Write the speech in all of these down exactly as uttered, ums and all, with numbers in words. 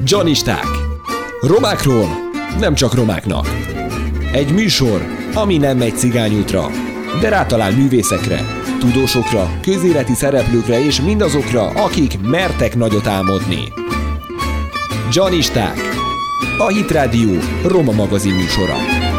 Dzsanisták. Romákról nem csak romáknak. Egy műsor, ami nem megy cigányútra, de rátalál művészekre, tudósokra, közéleti szereplőkre és mindazokra, akik mertek nagyot álmodni. Dzsanisták. A Hit Rádió roma magazin műsora.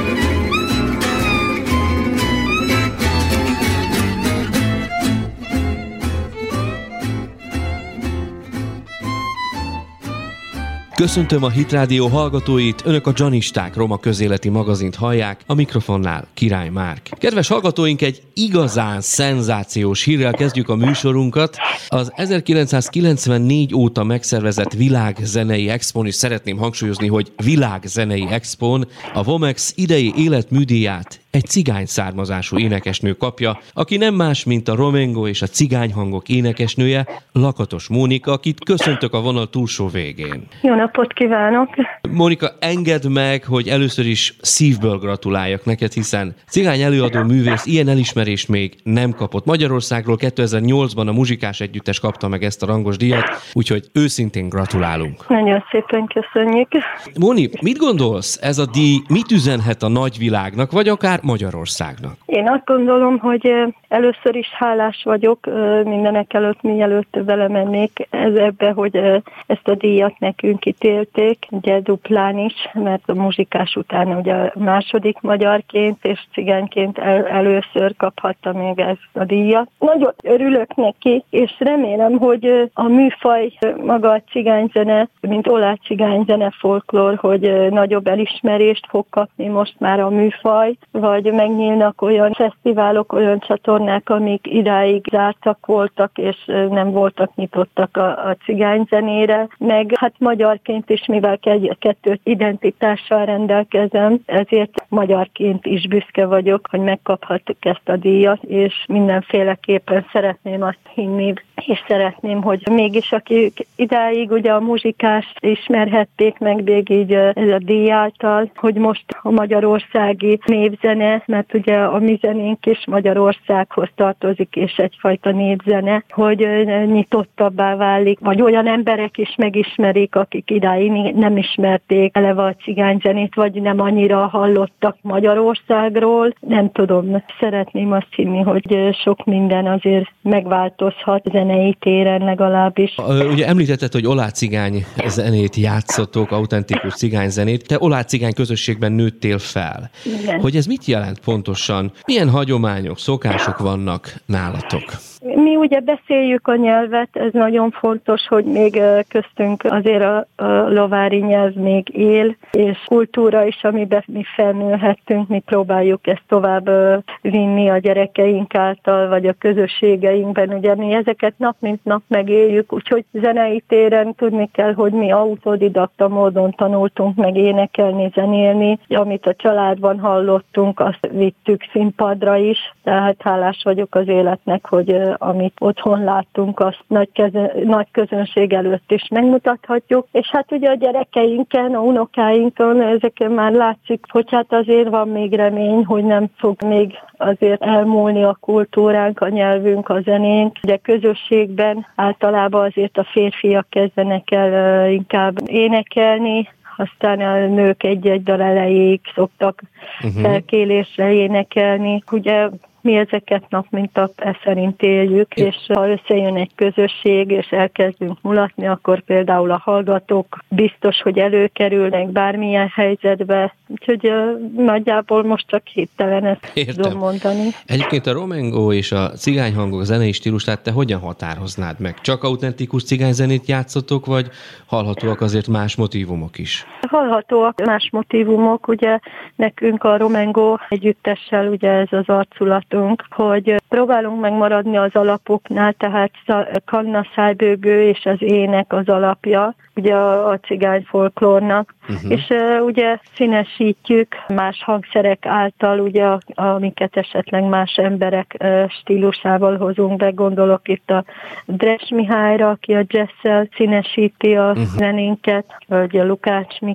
Köszöntöm a Hit Rádió hallgatóit, önök a Dzsanisták roma közéleti magazint hallják, a mikrofonnál Király Márk. Kedves hallgatóink, egy igazán szenzációs hírrel kezdjük a műsorunkat. Az ezerkilencszázkilencvennégy óta megszervezett Világzenei Expón, és szeretném hangsúlyozni, hogy Világzenei Expón a Vomex idei életműdíját egy cigány származású énekesnő kapja, aki nem más, mint a Romengo és a cigányhangok énekesnője, Lakatos Mónika, akit köszöntök a vonal túlsó végén. Jó napot kívánok! Mónika, engedd meg, hogy először is szívből gratuláljak neked, hiszen cigány előadó művész ilyen elismerést még nem kapott. Magyarországról kétezer-nyolcban a Muzsikás Együttes kapta meg ezt a rangos díjat, úgyhogy őszintén gratulálunk. Nagyon szépen köszönjük. Móni, mit gondolsz, ez a díj mit üzenhet a nagyvilágnak, vagy akár Magyarországnak? Én azt gondolom, hogy először is hálás vagyok mindenek előtt, mielőtt belemennék ez ebbe, hogy ezt a díjat nekünk ítélték, ugye duplán is, mert a Muzsikás után ugye második magyarként és cigányként el, először kaphatta még ezt a díjat. Nagyon örülök neki, és remélem, hogy a műfaj, maga a cigányzene, mint oláh cigányzene, folklór, hogy nagyobb elismerést fog kapni most már a műfaj, vagy megnyílnak olyan fesztiválok, olyan csatornák, amik idáig zártak voltak, és nem voltak nyitottak a, a cigányzenére, meg hát magyarként is, mivel kettő identitással rendelkezem, ezért magyarként is büszke vagyok, hogy megkaphattuk ezt a díjat, és mindenféleképpen szeretném azt hinni, és szeretném, hogy mégis akik idáig ugye a muzsikást ismerhették meg még így ez a díj által, hogy most a magyarországi népzene, mert ugye a mi zenénk is Magyarországhoz tartozik, és egyfajta népzene, hogy nyitottabbá válik, vagy olyan emberek is megismerik, akik idáig nem ismerték eleve a cigányzenét, vagy nem annyira hallottak Magyarországról. Nem tudom, szeretném azt hinni, hogy sok minden azért megváltozhat zenei téren legalábbis. Ugye említetted, hogy oláh cigány zenét játszottok, autentikus cigányzenét. Te oláh cigány közösségben nőttél fel. Igen. Hogy ez mit jelent pontosan? Milyen hagyományok, szokások vannak nálatok? Mi ugye beszéljük a nyelvet, ez nagyon fontos, hogy még köztünk azért a, a lovári nyelv még él, és kultúra is, amiben mi felnőhettünk, mi próbáljuk ezt tovább vinni a gyerekeink által, vagy a közösségeinkben. Ugye mi ezeket nap mint nap megéljük, úgyhogy zenei téren tudni kell, hogy mi autodidakta módon tanultunk meg énekelni, zenélni, amit a családban hallottunk, azt vittük színpadra is, tehát hálás vagyok az életnek, hogy amit otthon láttunk, azt nagy, keze, nagy közönség előtt is megmutathatjuk, és hát ugye a gyerekeinken, a unokáinkon ezeken már látszik, hogy hát azért van még remény, hogy nem fog még azért elmúlni a kultúránk, a nyelvünk, a zenénk. Ugye közösségben általában azért a férfiak kezdenek el inkább énekelni, aztán a nők egy-egy dal elejéig szoktak uh-huh. felkélésre énekelni. Ugye mi ezeket nap mint nap e szerint éljük, és ha összejön egy közösség, és elkezdünk mulatni, akkor például a hallgatók biztos, hogy előkerülnek bármilyen helyzetbe. Úgyhogy uh, nagyjából most csak hittelen ezt Értem. tudom mondani. Egyébként a Romengo és a cigányhangok zenei stílusát te hogyan határoznád meg? Csak autentikus cigányzenét játszotok, vagy hallhatóak azért más motívumok is? Hallhatóak más motívumok, ugye nekünk a Romengo együttessel ugye ez az arculatunk, hogy próbálunk megmaradni az alapoknál, tehát kanna, szájbőgő és az ének az alapja, ugye a, a cigány folklórnak, uh-huh. és uh, ugye színesítjük más hangszerek által, ugye, amiket esetleg más emberek uh, stílusával hozunk be, gondolok itt a Dres Mihályra, aki a jazz-szel színesíti a uh-huh. zenénket, vagy a Lukács Miki,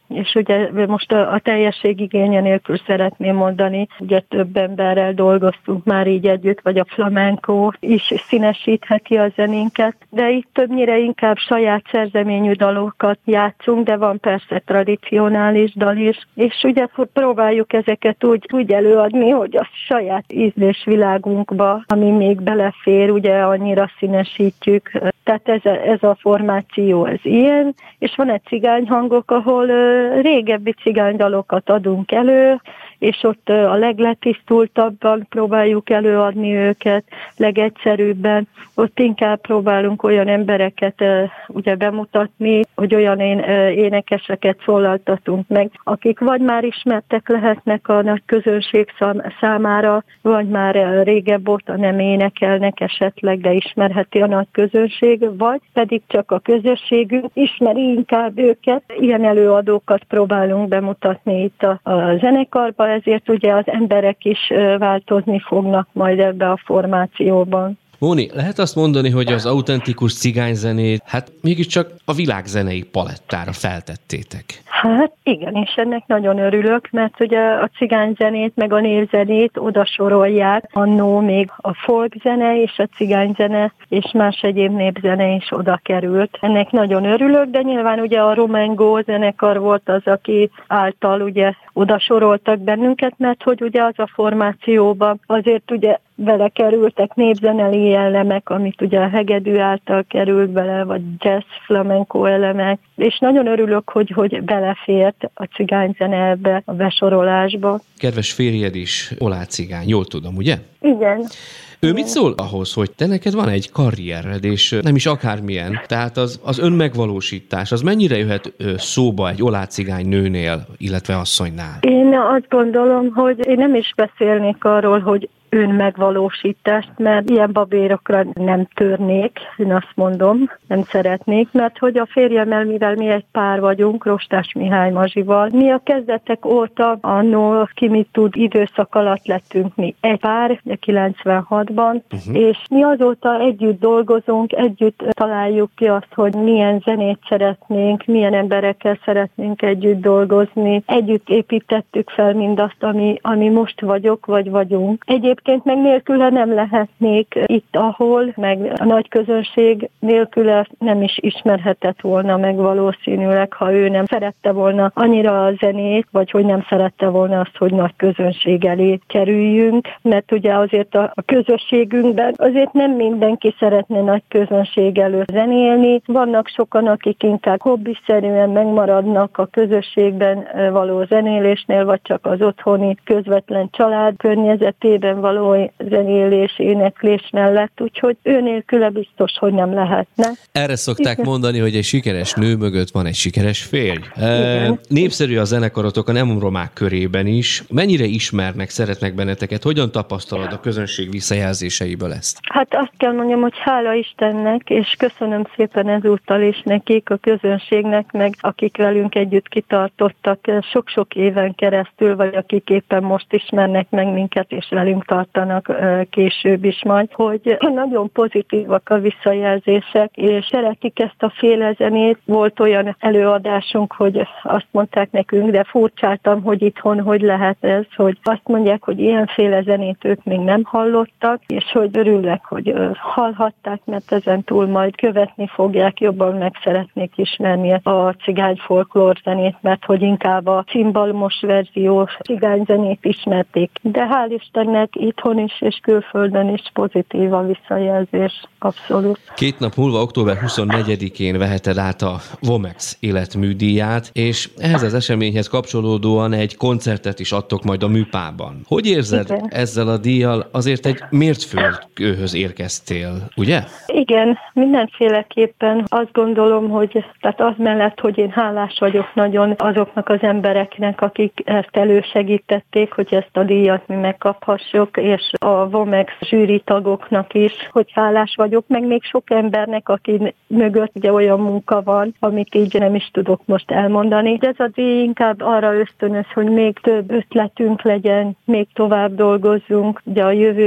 és ugye most a, a teljesség igénye nélkül szeretném mondani, ugye több emberrel dolgoztunk már így együtt, vagy a flamenco is színesítheti a zenénket, de itt többnyire inkább saját szerzeményű dalokat játszunk, de van persze tradicionális dal is, és ugye próbáljuk ezeket úgy, úgy előadni, hogy a saját ízlésvilágunkba, ami még belefér, ugye annyira színesítjük. Tehát ez a, ez a formáció, ez ilyen, és van egy cigányhangok, ahol uh, régebbi cigánydalokat adunk elő, és ott uh, a legletisztultabban próbáljuk előadni őket, legegyszerűbben. Ott inkább próbálunk olyan embereket uh, ugye bemutatni, hogy olyan én, uh, énekeseket szólaltatunk meg, akik vagy már ismertek lehetnek a nagy közönség szám, számára, vagy már uh, régebb óta nem énekelnek esetleg, de ismerheti a nagy közönség, vagy pedig csak a közösségünk ismeri inkább őket. Ilyen előadókat próbálunk bemutatni itt a, a zenekarban, ezért ugye az emberek is változni fognak majd ebbe a formációban. Móni, lehet azt mondani, hogy az autentikus cigányzenét, hát mégiscsak a világzenei palettára feltettétek? Hát igen, és ennek nagyon örülök, mert ugye a cigányzenét meg a népzenét oda sorolják, annó még a folkzene és a cigányzene és más egyéb népzene is oda került. Ennek nagyon örülök, de nyilván ugye a Romengo zenekar volt az, aki által ugye oda soroltak bennünket, mert hogy ugye az a formációban azért ugye bele kerültek népzenei elemek, amit ugye a hegedű által került bele, vagy jazz, flamenco elemek, és nagyon örülök, hogy, hogy belefért a cigányzene ebbe a besorolásba. Kedves férjed is olácigány, jól tudom, ugye? Igen. Ő mit szól ahhoz, hogy te neked van egy karriered, és nem is akármilyen, tehát az, az önmegvalósítás, az mennyire jöhet szóba egy olácigány nőnél, illetve asszonynál? Én azt gondolom, hogy én nem is beszélnék arról, hogy önmegvalósítást, mert ilyen babérokra nem törnék, én azt mondom, nem szeretnék, mert hogy a férjemmel, mivel mi egy pár vagyunk, Rostás Mihály Mazsival, mi a kezdetek óta, annó ki mit tud, időszak alatt lettünk mi egy pár, kilencvenhatban, uh-huh. és mi azóta együtt dolgozunk, együtt találjuk ki azt, hogy milyen zenét szeretnénk, milyen emberekkel szeretnénk együtt dolgozni, együtt építettük fel mindazt, ami, ami most vagyok, vagy vagyunk. Egyébként meg nélküle nem lehetnék itt, ahol, meg a nagy közönség nélküle nem is ismerhetett volna meg valószínűleg, ha ő nem szerette volna annyira a zenét, vagy hogy nem szerette volna azt, hogy nagy közönség elé kerüljünk, mert ugye azért a, a közösségünkben azért nem mindenki szeretne nagy közönség előtt zenélni. Vannak sokan, akik inkább hobbiszerűen megmaradnak a közösségben való zenélésnél, vagy csak az otthoni közvetlen család környezetében való zenélés, éneklés mellett, úgyhogy ő nélküle biztos, hogy nem lehetne. Erre szokták Igen. mondani, hogy egy sikeres nő mögött van egy sikeres férj. E, népszerű a zenekarotok a nem romák körében is. Mennyire ismernek, szeretnek benneteket? Hogyan tapasztalod a közönség visszajelzéseiből ezt? Hát azt kell mondjam, hogy hála Istennek, és köszönöm szépen ezúttal is nekik, a közönségnek, meg akik velünk együtt kitartottak sok-sok éven keresztül, vagy akik éppen most ismernek meg minket, és velünk tartanak később is majd, hogy nagyon pozitívak a visszajelzések, és szeretik ezt a féle zenét. Volt olyan előadásunk, hogy azt mondták nekünk, de furcsáltam, hogy itthon hogy lehet ez, hogy azt mondják, hogy ilyenféle zenét ők még nem hallottak, és hogy örülnek, hogy hallhatták, mert ezen túl majd követni fogják, jobban meg szeretnék ismerni a cigány folklór zenét, mert hogy inkább a cimbalmos verzió cigány zenét ismerték. De hál' Istennek itthon is és külföldön is pozitív a visszajelzés, abszolút. Két nap múlva, október huszonnegyedikén veheted át a Vomex életműdíját, és ehhez az eseményhez kapcsolódóan egy koncertet is adtok majd a Műpában. Hogy érzed Igen. ezzel a díjjal? Azért egy mértföldkőhöz érkeztél, ugye? Igen, mindenféleképpen azt gondolom, hogy tehát az mellett, hogy én hálás vagyok nagyon azoknak az embereknek, akik ezt elősegítették, hogy ezt a díjat mi megkaphassuk, és a Vomex zsűri tagoknak is, hogy hálás vagyok, meg még sok embernek, aki mögött ugye olyan munka van, amit így nem is tudok most elmondani. De ez a díj inkább arra ösztönöz, hogy még több ötletünk legyen, még tovább dolgozzunk, ugye a jövőben is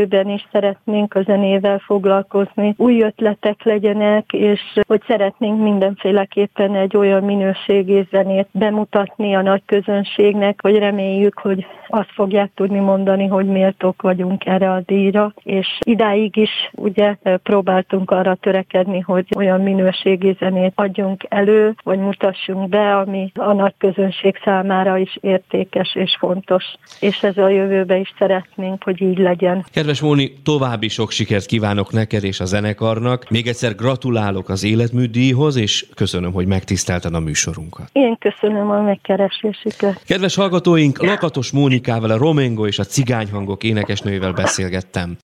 szeretnénk a zenével foglalkozni, új ötletek legyenek, és hogy szeretnénk mindenféleképpen egy olyan minőségi zenét bemutatni a nagy közönségnek, hogy reméljük, hogy azt fogják tudni mondani, hogy méltók vagyunk erre a díjra, és idáig is ugye próbáltunk arra törekedni, hogy olyan minőségi zenét adjunk elő, vagy mutassunk be, ami a nagy közönség számára is értékes és fontos. És ez a jövőben is szeretnénk, hogy így legyen. Kedves Móni, további sok sikert kívánok neked és a zenekarnak. Még egyszer gratulálok az Életműdíjhoz, és köszönöm, hogy megtisztelted a műsorunkat. Én köszönöm a megkeresésüket. Kedves hallgatóink, Lakatos Mónikával, a Romengo és a Cigányhangok énekesnőjével beszélgettem.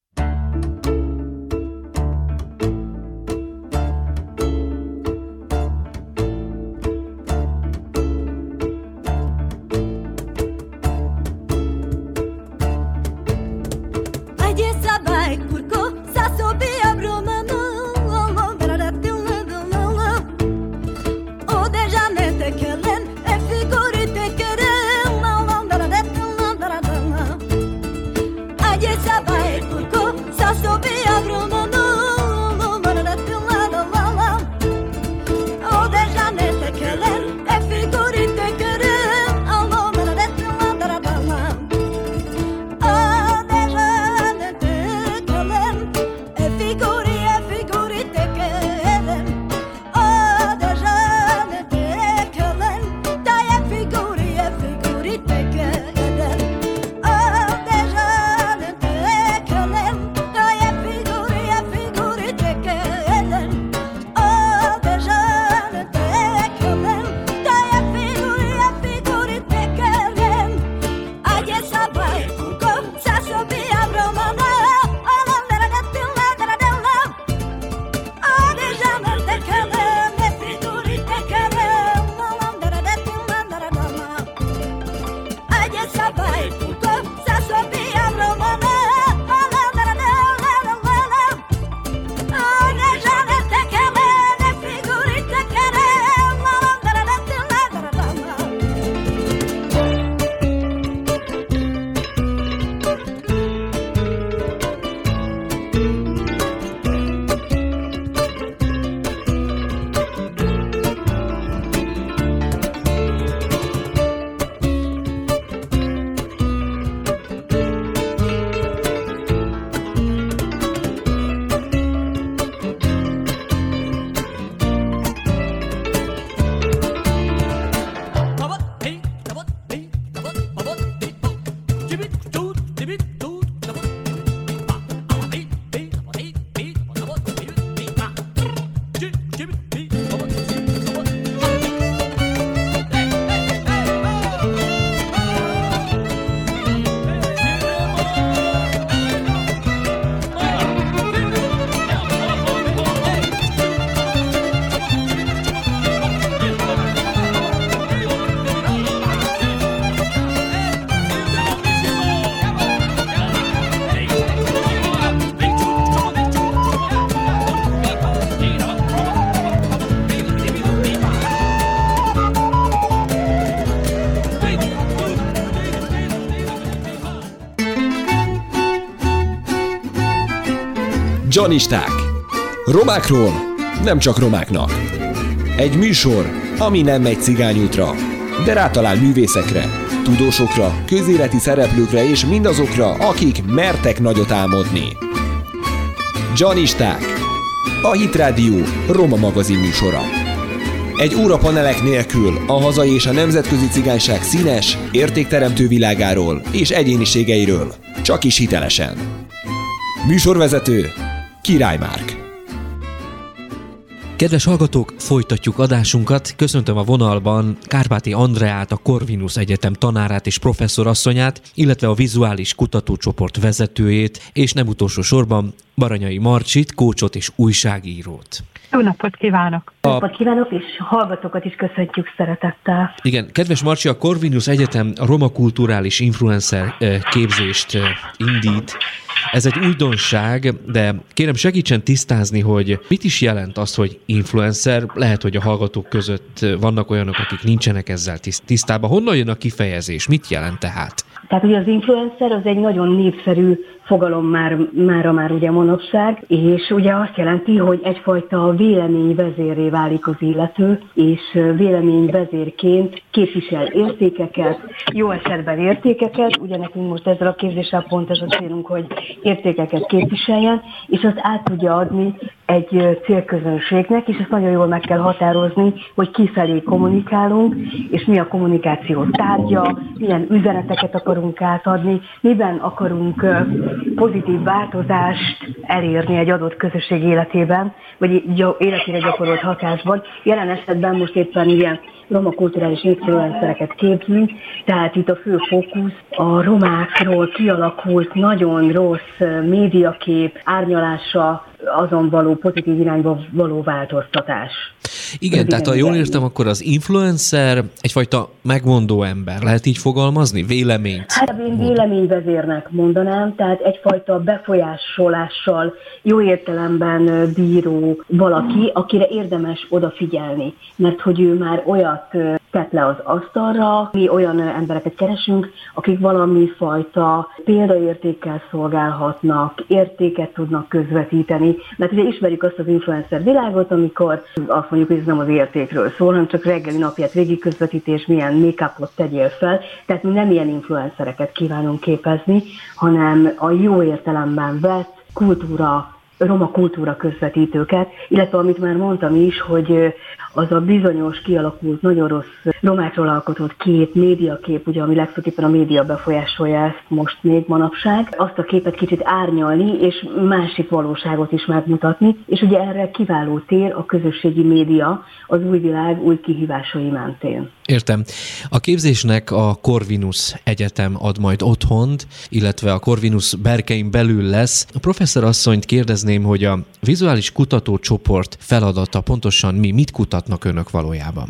Janisták. Romákról nem csak romáknak. Egy műsor, ami nem megy cigányútra, de rátalál művészekre, tudósokra, közéleti szereplőkre és mindazokra, akik mertek nagyot álmodni. Janisták. A Hit Rádió roma magazin műsora. Egy óra panelek nélkül a hazai és a nemzetközi cigányság színes, értékteremtő világáról és egyéniségeiről, csak is hitelesen. Műsorvezető Király Márk. Kedves hallgatók, folytatjuk adásunkat. Köszöntöm a vonalban Kárpáti Andreát, a Corvinus Egyetem tanárát és professzorasszonyát, illetve a vizuális kutatócsoport vezetőjét, és nem utolsó sorban Baranyai Marcsit, kócsot és újságírót. Jó napot kívánok! Jó napot kívánok, és hallgatókat is köszöntjük szeretettel. Igen, kedves Marcsi, a Corvinus Egyetem a roma kulturális influencer képzést indít. Ez egy újdonság, de kérem segítsen tisztázni, hogy mit is jelent az, hogy influencer. Lehet, hogy a hallgatók között vannak olyanok, akik nincsenek ezzel tisztában. Honnan jön a kifejezés? Mit jelent tehát? Tehát ugye az influencer az egy nagyon népszerű fogalom már, mára már ugye manapság, és ugye azt jelenti, hogy egyfajta véleményvezérré válik az illető, és véleményvezérként képvisel értékeket, jó esetben értékeket, ugye nekünk most ezzel a képzéssel pont ez a célunk, hogy értékeket képviseljen, és azt át tudja adni egy célközönségnek, és ezt nagyon jól meg kell határozni, hogy kifelé kommunikálunk, és mi a kommunikáció tárgya, milyen üzeneteket akarunk átadni, miben akarunk pozitív változást elérni egy adott közösség életében, vagy életére gyakorolt hatásban. Jelen esetben most éppen ilyen roma kulturális influencereket képzünk, tehát itt a fő fókusz a romákról kialakult nagyon rossz médiakép árnyalása, azon való pozitív irányba való változtatás. Igen, tehát ha jól értem, akkor az influencer egyfajta megmondó ember. Lehet így fogalmazni? Véleményt? Hát én véleményvezérnek mondanám, tehát egyfajta befolyásolással, jó értelemben bíró valaki, akire érdemes odafigyelni, mert hogy ő már olyat tett le az asztalra, mi olyan embereket keresünk, akik valami fajta példaértékkel szolgálhatnak, értéket tudnak közvetíteni, mert ugye ismerjük azt az influencer világot, amikor azt mondjuk, hogy ez nem az értékről szól, hanem csak reggeli napját végig közvetítés, milyen make-upot tegyél fel, tehát mi nem ilyen influencereket kívánunk képezni, hanem a jó értelemben vett kultúra, roma kultúra közvetítőket, illetve amit már mondtam is, hogy az a bizonyos kialakult, nagyon rossz romákról alkotott kép, médiakép, ugye, ami legfőképpen a média befolyásolja ezt most még manapság, azt a képet kicsit árnyalni, és másik valóságot is megmutatni, és ugye erre kiváló tér a közösségi média az új világ új kihívásai mentén. Értem. A képzésnek a Corvinus Egyetem ad majd otthont, illetve a Corvinus berkein belül lesz. A professzor asszonyt kérdezném, hogy a vizuális kutatócsoport feladata pontosan mi? Mit kutatnak önök valójában?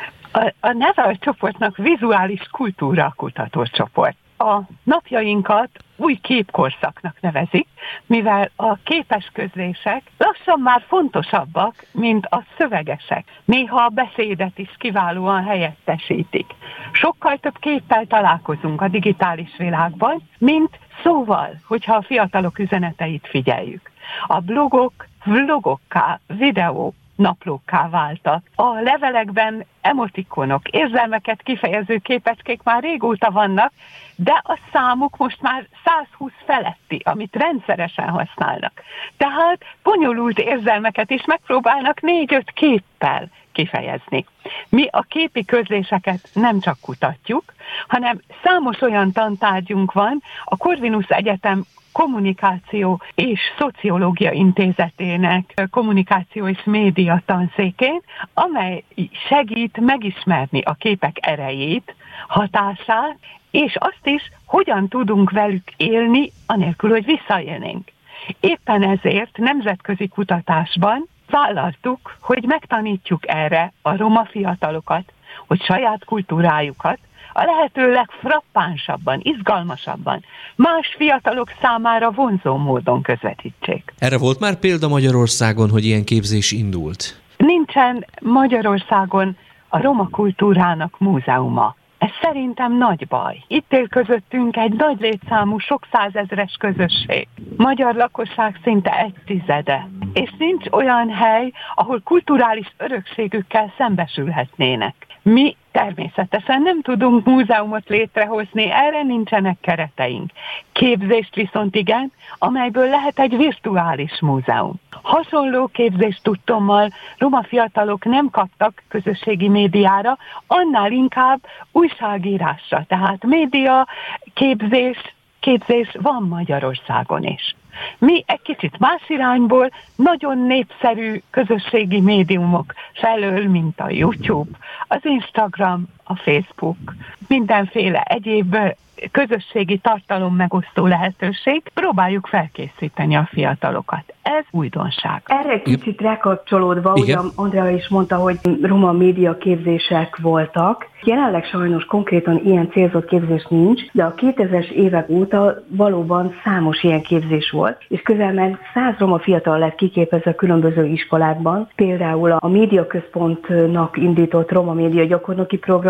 A, a neve a csoportnak vizuális kultúra kutatócsoport. A napjainkat új képkorszaknak nevezik, mivel a képes közlések lassan már fontosabbak, mint a szövegesek. Néha a beszédet is kiválóan helyettesítik. Sokkal több képpel találkozunk a digitális világban, mint szóval, hogyha a fiatalok üzeneteit figyeljük. A blogok vlogokká, videó naplókká váltak. A levelekben emotikonok, érzelmeket kifejező képecskék már régóta vannak, de a számuk most már százhúsz feletti, amit rendszeresen használnak. Tehát bonyolult érzelmeket is megpróbálnak négy-öt képpel kifejezni. Mi a képi közléseket nem csak kutatjuk, hanem számos olyan tantárgyunk van, a Corvinus Egyetem Kommunikáció és Szociológia Intézetének kommunikáció és média tanszékén, amely segít megismerni a képek erejét, hatását, és azt is, hogyan tudunk velük élni, anélkül, hogy visszaélnénk. Éppen ezért nemzetközi kutatásban vállaltuk, hogy megtanítjuk erre a roma fiatalokat, hogy saját kultúrájukat a lehető legfrappánsabban, izgalmasabban, más fiatalok számára vonzó módon közvetítsék. Erre volt már példa Magyarországon, hogy ilyen képzés indult? Nincsen Magyarországon a roma kultúrának múzeuma. Ez szerintem nagy baj. Itt él közöttünk egy nagy létszámú, sok százezres közösség. Magyar lakosság szinte egy tizede. És nincs olyan hely, ahol kulturális örökségükkel szembesülhetnének. Mi természetesen nem tudunk múzeumot létrehozni, erre nincsenek kereteink. Képzést viszont igen, amelyből lehet egy virtuális múzeum. Hasonló képzést tudtommal roma fiatalok nem kaptak közösségi médiára, annál inkább újságírásra. Tehát média, képzés, képzés van Magyarországon is. Mi egy kicsit más irányból nagyon népszerű közösségi médiumok felől, mint a YouTube, az Instagram, a Facebook, mindenféle egyéb közösségi tartalom megosztó lehetőség, próbáljuk felkészíteni a fiatalokat. Ez újdonság. Erre kicsit rákapcsolódva, ugye Andrea is mondta, hogy roma média képzések voltak. Jelenleg sajnos konkrétan ilyen célzott képzés nincs, de a kétezres évek óta valóban számos ilyen képzés volt, és közel meg száz roma fiatal lett kiképezve a különböző iskolákban. Például a Médiaközpontnak indított roma média gyakornoki program,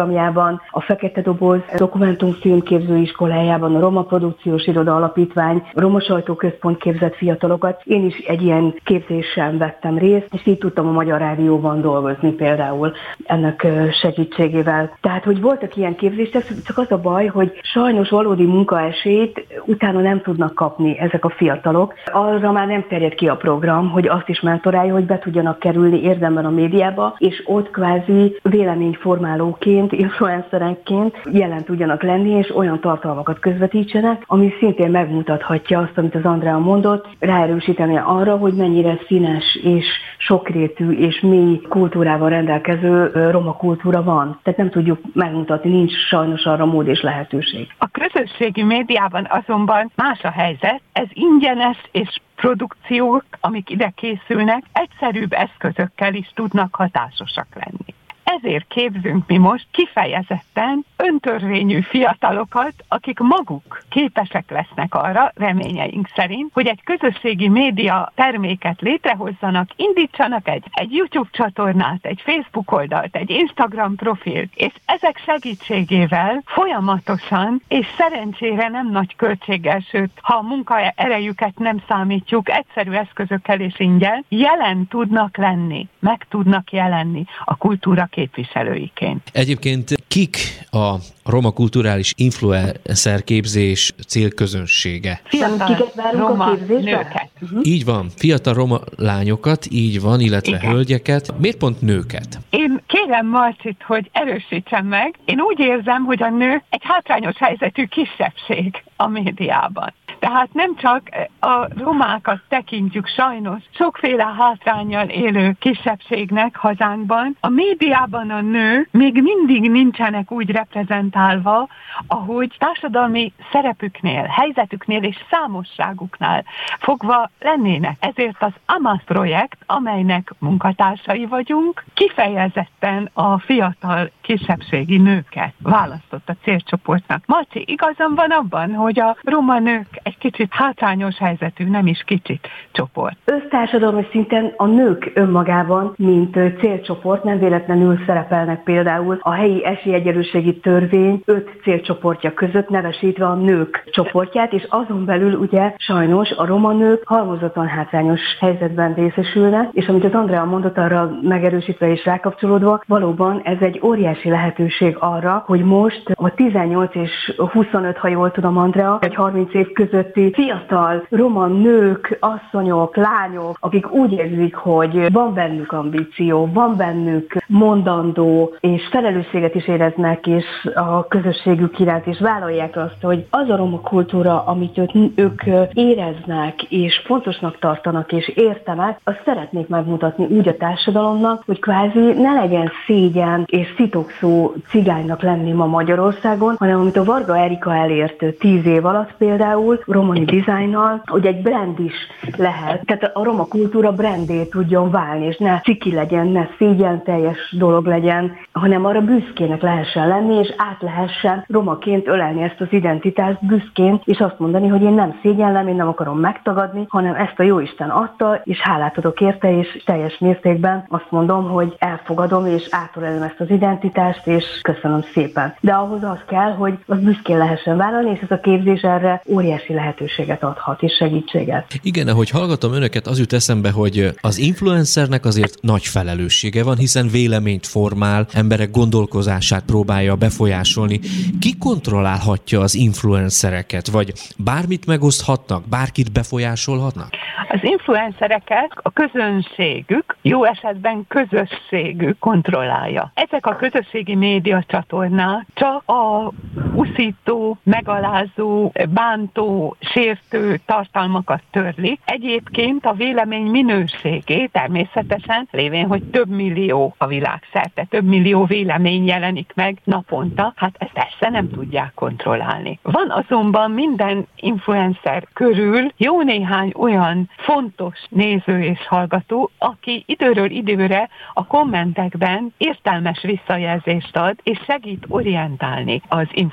programjában, a Fekete Doboz dokumentumfilmképző iskolájában, a Roma Produkciós Iroda Alapítvány, a Roma Sajtóközpont képzett fiatalokat. Én is egy ilyen képzésen vettem részt, és így tudtam a Magyar Rádióban dolgozni például ennek segítségével. Tehát, hogy voltak ilyen képzések, csak az a baj, hogy sajnos valódi munkaesélyt utána nem tudnak kapni ezek a fiatalok. Arra már nem terjed ki a program, hogy azt is mentorálja, hogy be tudjanak kerülni érdemben a médiába, és ott kvázi véleményformálóként, influencerenként jelen tudjanak lenni, és olyan tartalmakat közvetítsenek, ami szintén megmutathatja azt, amit az Andrea mondott, ráerősíteni arra, hogy mennyire színes és sokrétű és mély kultúrával rendelkező roma kultúra van. Tehát nem tudjuk megmutatni, nincs sajnos arra mód és lehetőség. A közösségi médiában azonban más a helyzet, ez ingyenes és produkciók, amik ide készülnek, egyszerűbb eszközökkel is tudnak hatásosak lenni. Ezért képzünk mi most kifejezetten öntörvényű fiatalokat, akik maguk képesek lesznek arra, reményeink szerint, hogy egy közösségi média terméket létrehozzanak, indítsanak egy, egy YouTube csatornát, egy Facebook oldalt, egy Instagram profilt, és ezek segítségével folyamatosan, és szerencsére nem nagy költséggel, sőt, ha a munkaerejüket nem számítjuk, egyszerű eszközökkel és ingyen, jelen tudnak lenni, meg tudnak jelenni a kultúra képviselőiként. Egyébként kik a roma kulturális influencer képzés célközönsége? Fiatal roma nőket. Uh-huh. Így van, fiatal roma lányokat, így van, illetve igen, hölgyeket. Miért pont nőket? Én kérem Marcit, hogy erősítsen meg. Én úgy érzem, hogy a nő egy hátrányos helyzetű kisebbség a médiában. Tehát nem csak a romákat tekintjük sajnos sokféle hátránnyal élő kisebbségnek hazánkban. A médiában a nő még mindig nincsenek úgy reprezentálva, ahogy társadalmi szerepüknél, helyzetüknél és számosságuknál fogva lennének. Ezért az AMASZ projekt, amelynek munkatársai vagyunk, kifejezetten a fiatal kisebbségi nőket választott a célcsoportnak. Marci, igazam van abban, hogy a roma nők egy kicsit hátrányos helyzetű, nem is kicsit csoport. Össztársadalmi szinten a nők önmagában, mint célcsoport nem véletlenül szerepelnek például a helyi esélyegyenlőségi törvény öt célcsoportja között, nevesítve a nők csoportját, és azon belül ugye sajnos a roma nők halmozottan hátrányos helyzetben részesülnek, és amit az Andrea mondott, arra megerősítve és rákapcsolódva, valóban ez egy óriási lehetőség arra, hogy most a tizennyolc és huszonöt, ha jól tudom, Andrea, vagy harminc év közötti fiatal roma nők, asszonyok, lányok, akik úgy érzik, hogy van bennük ambíció, van bennük mondandó, és felelősséget is éreznek, és a közösségük iránt is vállalják azt, hogy az a roma kultúra, amit ők, ők éreznek, és fontosnak tartanak, és értenek, azt szeretnék megmutatni úgy a társadalomnak, hogy kvázi ne legyen szégyen és szitokszó cigánynak lenni ma Magyarországon, hanem amit a Varga Erika elért tíz év alatt például romani dizájnnal, hogy egy brand is lehet. Tehát a roma kultúra brandé tudjon válni, és ne ciki legyen, ne szégyen teljes dolog legyen, hanem arra büszkének lehessen lenni, és át lehessen romaként ölelni ezt az identitást büszkén, és azt mondani, hogy én nem szégyellem, én nem akarom megtagadni, hanem ezt a Jóisten adta, és hálát adok érte, és teljes mértékben azt mondom, hogy elfogadom, és átölelem ezt az identitást, és köszönöm szépen. De ahhoz az kell, hogy az büszkén lehessen vállalni, és ez a képzés erre óriási lehetőséget adhat, és segítséget. Igen, ahogy hallgatom önöket, az jut eszembe, hogy az influencernek azért nagy felelőssége van, hiszen véleményt formál, emberek gondolkozását próbálja befolyásolni. Ki kontrollálhatja az influencereket, vagy bármit megoszthatnak, bárkit befolyásolhatnak? Az influencereket a közönségük, jó esetben közösségük kontrollálja. Ezek a közösségi média csatornák csak a uszító, megalázó, bántó, sértő tartalmakat törlik. Egyébként a vélemény minőségét természetesen, lévén, hogy több millió a világszerte, több millió vélemény jelenik meg naponta, hát ezt persze nem tudják kontrollálni. Van azonban minden influencer körül jó néhány olyan fontos néző és hallgató, aki időről időre a kommentekben értelmes visszajelzést ad, és segít orientálni az influencer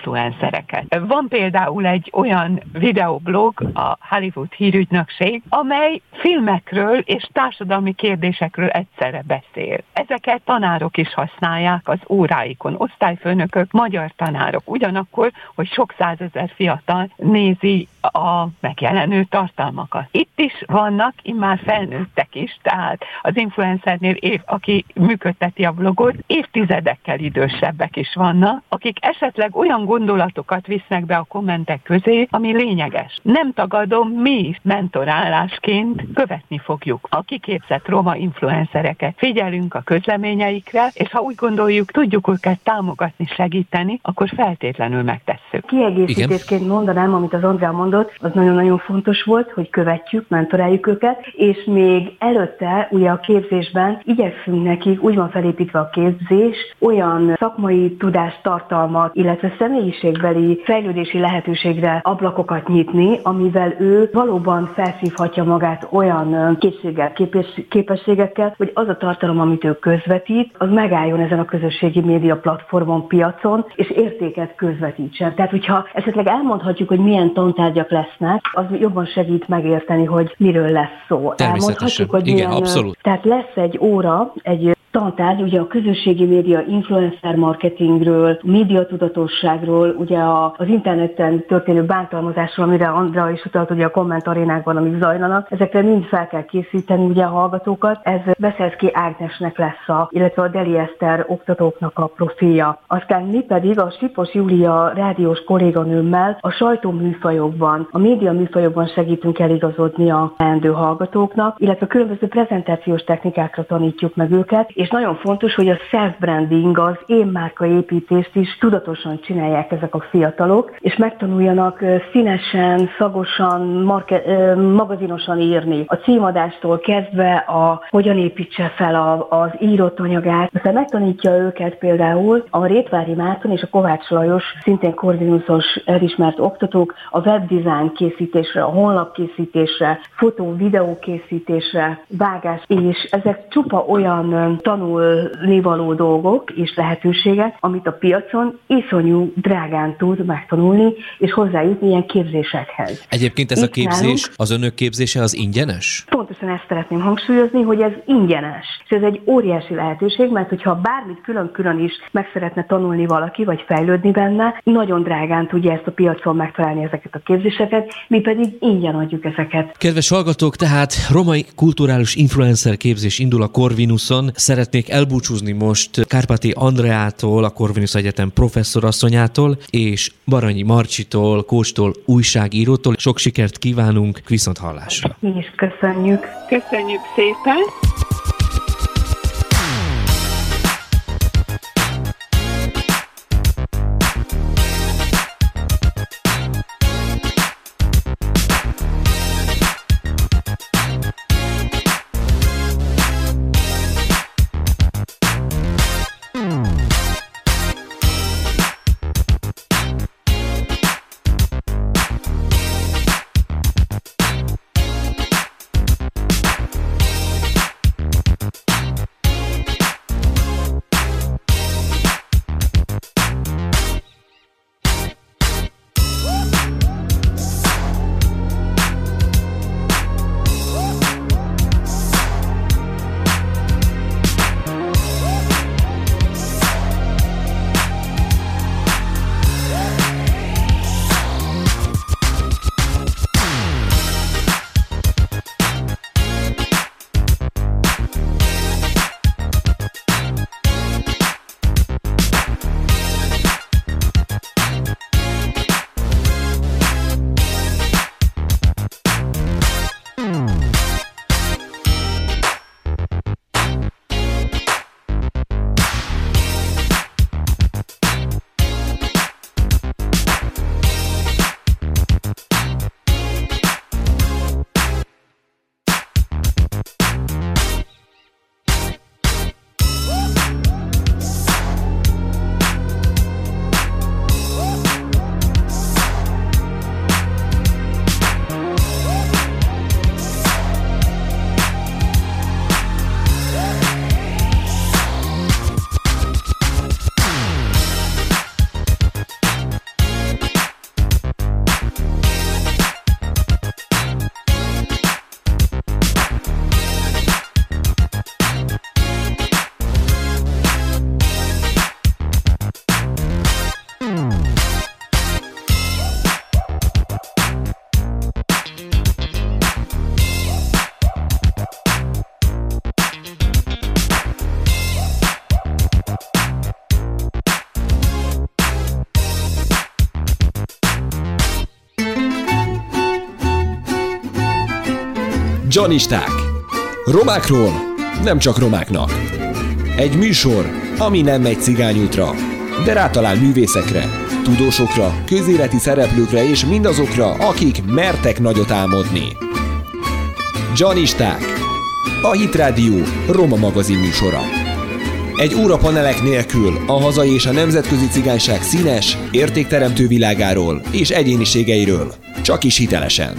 influencereket. Van például egy olyan videoblog, a Hollywood hírügynökség, amely filmekről és társadalmi kérdésekről egyszerre beszél. Ezeket tanárok is használják az óráikon, osztályfőnökök, magyar tanárok. Ugyanakkor, hogy sok százezer fiatal nézi a megjelenő tartalmakat. Itt is vannak immár felnőttek is, tehát az influencernél, év, aki működteti a blogot, évtizedekkel idősebbek is vannak, akik esetleg olyan gondolatokat visznek be a kommentek közé, ami lényeges. Nem tagadom, mi is mentorálásként követni fogjuk a kiképzett roma influencereket. Figyelünk a közleményeikre, és ha úgy gondoljuk, tudjuk őket támogatni, segíteni, akkor feltétlenül megtesszük. Kiegészítésként mondanám, amit az Andrea mondott, az nagyon-nagyon fontos volt, hogy követjük, mentoráljuk őket, és még előtte ugye a képzésben igyekszünk nekik, úgy van felépítve a képzés, olyan szakmai tudástartalmat, illetve személyiségbeli fejlődési lehetőségre ablakokat nyitni, amivel ő valóban felszívhatja magát olyan készséggel, képességekkel, hogy az a tartalom, amit ő közvetít, az megálljon ezen a közösségi média platformon, piacon, és értéket közvetítsen. Tehát, hogyha esetleg elmondhatjuk, hogy milyen tantárgyak lesznek, az jobban segít megérteni, hogy miről lesz szó. Elmondhatjuk, hogy igen, milyen, abszolút. Tehát lesz egy óra, egy tantárgy, ugye a közösségi média, influencer marketingről, médiatudatosságról, ugye a, az interneten történő bántalmazásról, amire Andrea is utalt, ugye a kommentarénákban, amik zajlanak, ezekre mind fel kell készíteni ugye a hallgatókat. Ez Veszelszky Ágnesnek lesz a, illetve a Deli Eszter oktatóknak a profilja. Aztán mi pedig a Sipos Júlia rádiós kolléganőmmel a sajtóműfajokban, a média műfajokban segítünk eligazodni a leendő hallgatóknak, illetve különböző prezentációs technikákra tanítjuk meg őket, és nagyon fontos, hogy a self-branding, az én márkaépítést is tudatosan csinálják ezek a fiatalok, és megtanuljanak színesen, szagosan, marke- magazinosan írni. A címadástól kezdve a hogyan építse fel a, az írott anyagát. Aztán megtanítja őket például a Rétvári Márton és a Kovács Lajos, szintén Corvinusos elismert oktatók, a webdesign készítésre, a honlap készítésre, fotó, videó készítésre, vágás, és ezek csupa olyan tanulnivaló dolgok és lehetőségek, amit a piacon iszonyú drágán tud megtanulni, és hozzájutni ilyen képzésekhez. Egyébként ez Itt a képzés, nálunk, az önök képzése az ingyenes? Pontosan ezt szeretném hangsúlyozni, hogy ez ingyenes. És ez egy óriási lehetőség, mert hogyha bármit külön-külön is meg szeretne tanulni valaki, vagy fejlődni benne, nagyon drágán tudja ezt a piacon megtalálni ezeket a képzéseket, mi pedig ingyen adjuk ezeket. Kedves hallgatók, tehát romai kulturális influencer képzés indul a Corvinuson. Szeretnék elbúcsúzni most Kárpáti Andreától, a Corvinus Egyetem professzorasszonyától, és Baranyi Marcsitól, kócstól, újságírótól. Sok sikert kívánunk, viszont hallásra. Mi is köszönjük. Köszönjük szépen! Johnnyisták. Romákról, nem csak romáknak. Egy műsor, ami nem megy cigányútra, de rátalál művészekre, tudósokra, közéleti szereplőkre és mindazokra, akik mertek nagyot álmodni. Johnnyisták. A Hit Rádió roma magazin műsora. Egy óra panelek nélkül a hazai és a nemzetközi cigányság színes, értékteremtő világáról és egyéniségeiről, csak is hitelesen.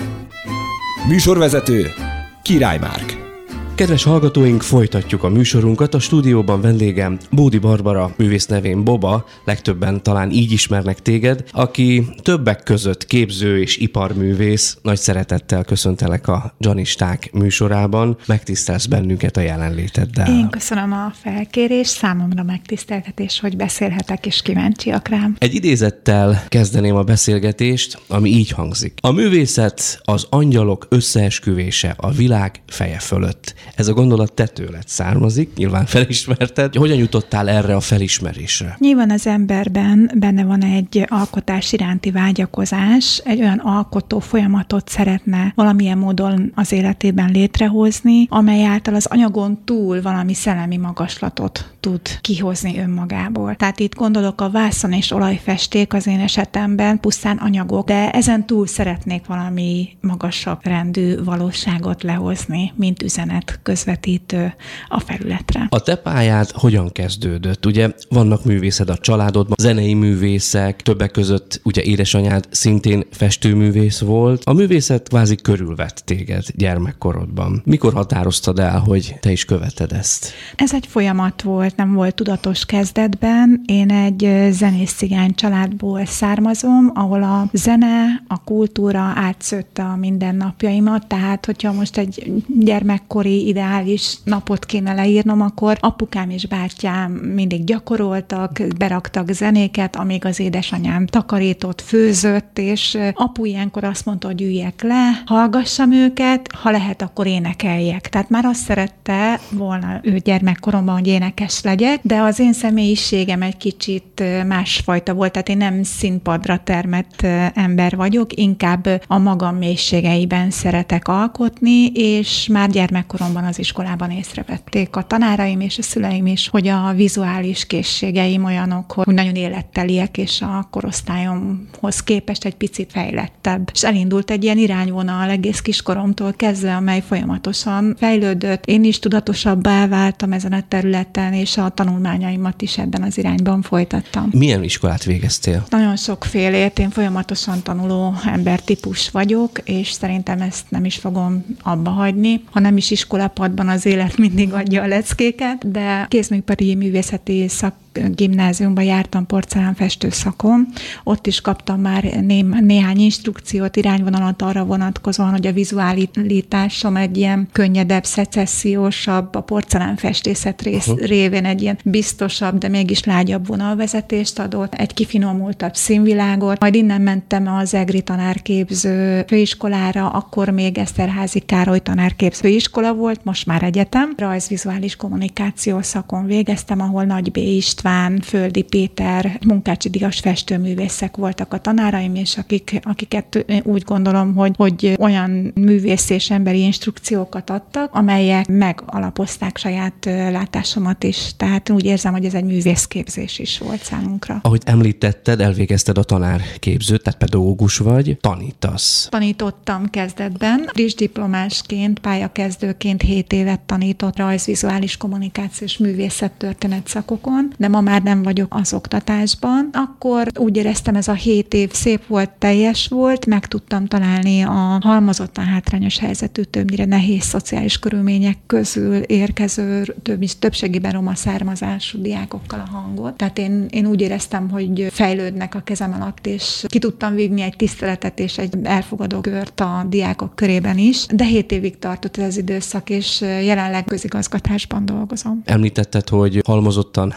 Műsorvezető Király Márk. Kedves hallgatóink, folytatjuk a műsorunkat. A stúdióban vendégem Bódi Barbara, művész nevén Boba, legtöbben talán így ismernek téged, aki többek között képző és iparművész. Nagy szeretettel köszöntelek a Johnnyisták műsorában. Megtisztelsz bennünket a jelenléteddel. Én köszönöm a felkérést, számomra megtiszteltetés, hogy beszélhetek, és kíváncsiak rám. Egy idézettel kezdeném a beszélgetést, ami így hangzik. A művészet az angyalok összeesküvése a világ feje fölött. Ez a gondolat te tőled származik, nyilván felismerted. Hogyan jutottál erre a felismerésre? Nyilván az emberben benne van egy alkotás iránti vágyakozás, egy olyan alkotó folyamatot szeretne valamilyen módon az életében létrehozni, amely által az anyagon túl valami szellemi magaslatot tud kihozni önmagából. Tehát itt gondolok a vászon és olajfesték az én esetemben pusztán anyagok, de ezen túl szeretnék valami magasabb rendű valóságot lehozni, mint üzenet közvetítő a felületre. A te pályád hogyan kezdődött? Ugye vannak művészed a családodban, zenei művészek, többek között ugye édesanyád szintén festőművész volt. A művészet kvázi körülvett téged gyermekkorodban. Mikor határoztad el, hogy te is követed ezt? Ez egy folyamat volt, nem volt tudatos kezdetben. Én egy zenész cigány családból származom, ahol a zene, a kultúra átszőtte a mindennapjaimat, tehát hogyha most egy gyermekkori ideális napot kéne leírnom, akkor apukám és bátyám mindig gyakoroltak, beraktak zenéket, amíg az édesanyám takarított, főzött, és apu ilyenkor azt mondta, hogy üljek le, hallgassam őket, ha lehet, akkor énekeljek. Tehát már azt szerette volna ő gyermekkoromban, hogy énekes legyek, de az én személyiségem egy kicsit másfajta volt, tehát én nem színpadra termett ember vagyok, inkább a magam mélységeiben szeretek alkotni, és már gyermekkoromban az iskolában észrevették a tanáraim és a szüleim is, hogy a vizuális készségeim olyanok, hogy nagyon életteliek, és a korosztályomhoz képest egy picit fejlettebb. És elindult egy ilyen irányvonal egész kiskoromtól kezdve, amely folyamatosan fejlődött. Én is tudatosabbá váltam ezen a területen, és a tanulmányaimat is ebben az irányban folytattam. Milyen iskolát végeztél? Nagyon sokfélét, én folyamatosan tanuló embertípus vagyok, és szerintem ezt nem is fogom abba hagyni, ha nem is iskolapadban az élet mindig adja a leckéket, de kézműipari művészeti szak gimnáziumban jártam porcelánfestő szakon, ott is kaptam már né- néhány instrukciót, irányvonalat arra vonatkozóan, hogy a vizualitásom egy ilyen könnyedebb, szecessziósabb, a porcelánfestészet rész, uh-huh. révén egy ilyen biztosabb, de mégis lágyabb vonalvezetést adott, egy kifinomultabb színvilágot, majd innen mentem az EGRI tanárképző főiskolára, akkor még Eszterházy Károly tanárképző iskola volt, most már egyetem. Rajzvizuális kommunikáció szakon végeztem, ahol Nagy B. István, Földi Péter, Munkácsi díjas festőművészek voltak a tanáraim, és akik, akiket úgy gondolom, hogy, hogy olyan művész és emberi instrukciókat adtak, amelyek megalapozták saját látásomat is. Tehát úgy érzem, hogy ez egy művészképzés is volt számunkra. Ahogy említetted, elvégezted a tanárképzőt, tehát pedagógus vagy, tanítasz. Tanítottam kezdetben, frissdiplomásként, pályakezdőként hét évet tanított rajzvizuális kommunikációs művészettörténet szakokon, de ma már nem vagyok az oktatásban. Akkor úgy éreztem, ez a hét év szép volt, teljes volt, meg tudtam találni a halmozottan hátrányos helyzetű, többnyire nehéz szociális körülmények közül érkező, több, többségében roma származású diákokkal a hangot. Tehát én, én úgy éreztem, hogy fejlődnek a kezem alatt, és ki tudtam vívni egy tiszteletet és egy elfogadó kört a diákok körében is, de hét évig tartott ez az időszak, és jelenleg közigazgatásban dolgozom. Említetted, hogy halmozottan hátrányos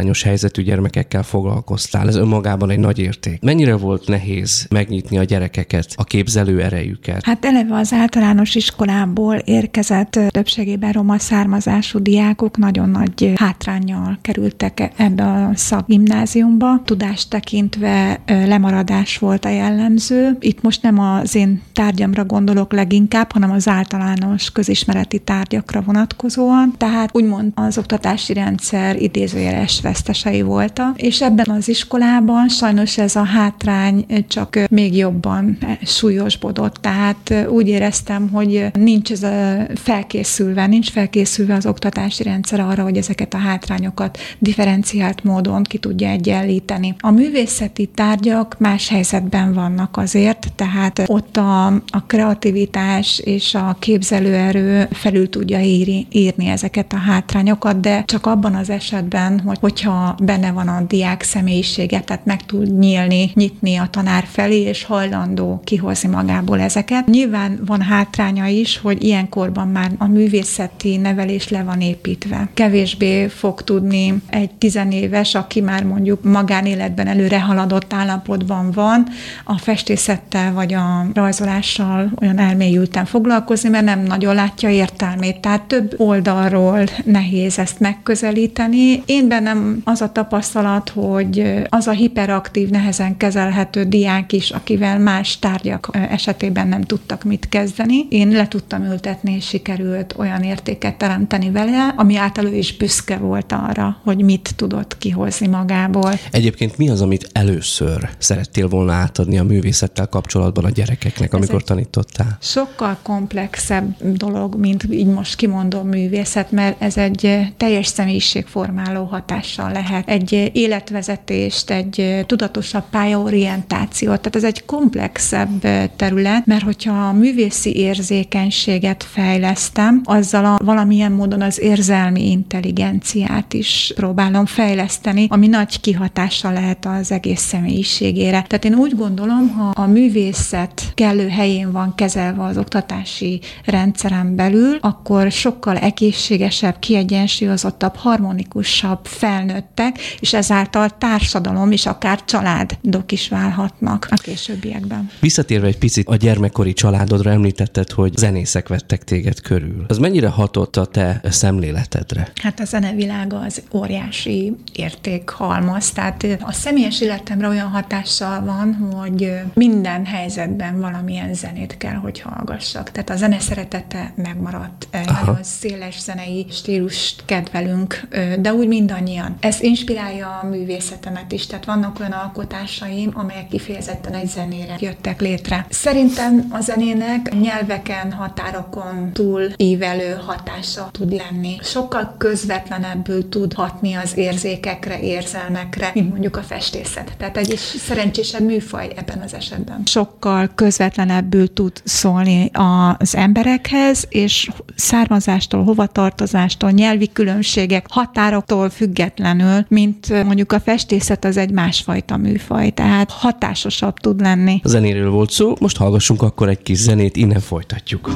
hátrányos helyzetű gyermekekkel foglalkoztál. Ez önmagában egy nagy érték. Mennyire volt nehéz megnyitni a gyerekeket, a képzelő erejüket? Hát eleve az általános iskolából érkezett többségében roma származású diákok nagyon nagy hátránnyal kerültek ebbe a szakgimnáziumba. Tudást tekintve lemaradás volt a jellemző. Itt most nem az én tárgyamra gondolok leginkább, hanem az általános közismereti tárgyakra vonatkozóan. Tehát úgymond az oktatási rendszer idézőjeles vesztesei voltak, és ebben az iskolában sajnos ez a hátrány csak még jobban súlyosbodott. Tehát úgy éreztem, hogy nincs ez a felkészülve, nincs felkészülve az oktatási rendszer arra, hogy ezeket a hátrányokat differenciált módon ki tudja egyenlíteni. A művészeti tárgyak más helyzetben vannak azért, tehát ott a, a kreativitás és a képzelőerő felül tudja íri, írni ezeket a hátrányokat, de csak abban az esetben, hogy, hogyha benne van a diák személyisége, tehát meg tud nyílni, nyitni a tanár felé, és hajlandó kihozni magából ezeket. Nyilván van hátránya is, hogy ilyenkorban már a művészeti nevelés le van építve. Kevésbé fog tudni egy tizenéves, aki már mondjuk magánéletben előre haladott állapotban van, a festészettel vagy a rajzolással olyan elmélyülten foglalkozni, mert nem nagyon látja értelmét. Tehát több oldalról nehéz ezt megközelíteni. Én bennem az a tapasztalat, hogy az a hiperaktív, nehezen kezelhető diák is, akivel más tárgyak esetében nem tudtak mit kezdeni. Én le tudtam ültetni, és sikerült olyan értéket teremteni vele, ami által ő is büszke volt arra, hogy mit tudott kihozni magából. Egyébként mi az, amit először szerettél volna átadni a művészettel kapcsolatban a gyerekeknek, amikor Ez tanítottál? Sokkal komplexebb dolog, mint így most kimondom művészet, mert ez egy teljes személyiségformáló hatással lehet. Egy életvezetést, egy tudatosabb pályaorientációt, tehát ez egy komplexebb terület, mert hogyha a művészi érzékenységet fejlesztem, azzal a, valamilyen módon az érzelmi intelligenciát is próbálom fejleszteni, ami nagy kihatással lehet az egész személyiségére. Tehát én úgy gondolom, ha a művészet kellő helyén van kezelve az oktatási rendszeren belül, akkor sokkal egészségesebb, kiegyensúlyozottabb, harmonikusabb felnőttek, és ezáltal társadalom és akár családok is válhatnak a későbbiekben. Visszatérve egy picit a gyermekkori családodra, említetted, hogy zenészek vettek téged körül. Az mennyire hatott a te szemléletedre? Hát a zenevilága az óriási értékhalmaz, tehát a személyes életemre olyan hatással van, hogy minden helyzetben valamilyen zenét kell, hogy hallgassak. Tehát a zene szeretete megmaradt. Aha. Nagyon széles zenei stílust kedvelünk, de úgy mindannyian. Ez inspirálja a művészetemet is, tehát vannak olyan alkotásaim, amelyek kifejezetten egy zenére jöttek létre. Szerintem a zenének nyelveken, határokon túl ívelő hatása tud lenni. Sokkal közvetlenebbül tud hatni az érzékekre, érzelmekre, mint mondjuk a festészet. Tehát egy szerencsésebb műfaj ebben az esetben. Sokkal közvetlenebbül tud szólni az emberekhez, és származástól, hovatartozástól, nyelvi különbségek, határoktól függetlenül, mint mondjuk a festészet, az egy másfajta műfaj, tehát hatásosabb tud lenni. A zenéről volt szó, most hallgassunk akkor egy kis zenét, innen folytatjuk.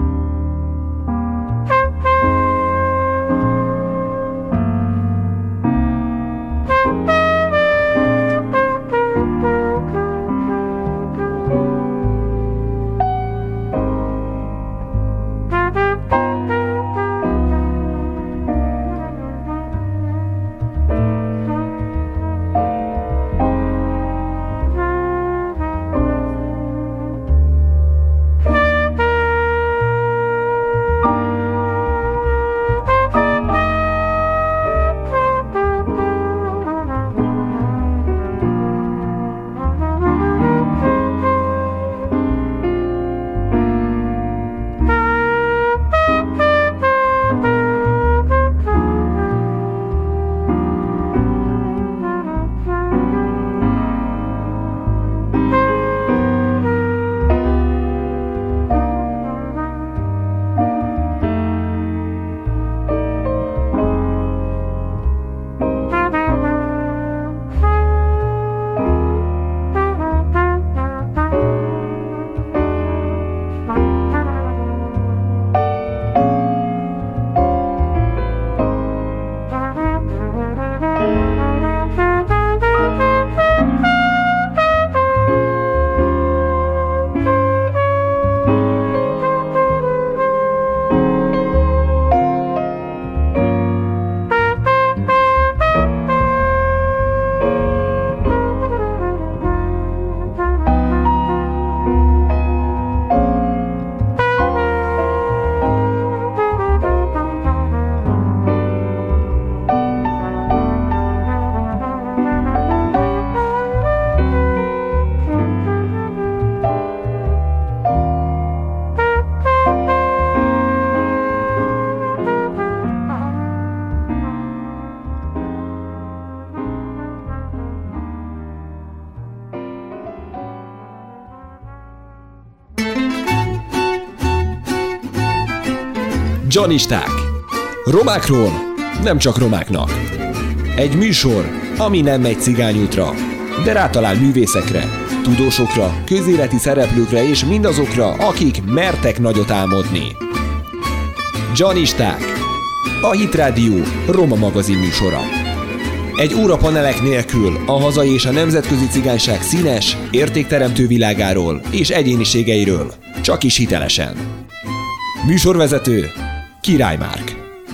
Janisták. Romákról nem csak romáknak. Egy műsor, ami nem megy cigányútra, de rátalál művészekre, tudósokra, közéleti szereplőkre és mindazokra, akik mertek nagyot álmodni. Janisták. A Hit Rádió roma magazin műsora. Egy órapanelek nélkül a hazai és a nemzetközi cigányság színes, értékteremtő világáról és egyéniségeiről, csak is hitelesen. Műsorvezető Király Márk.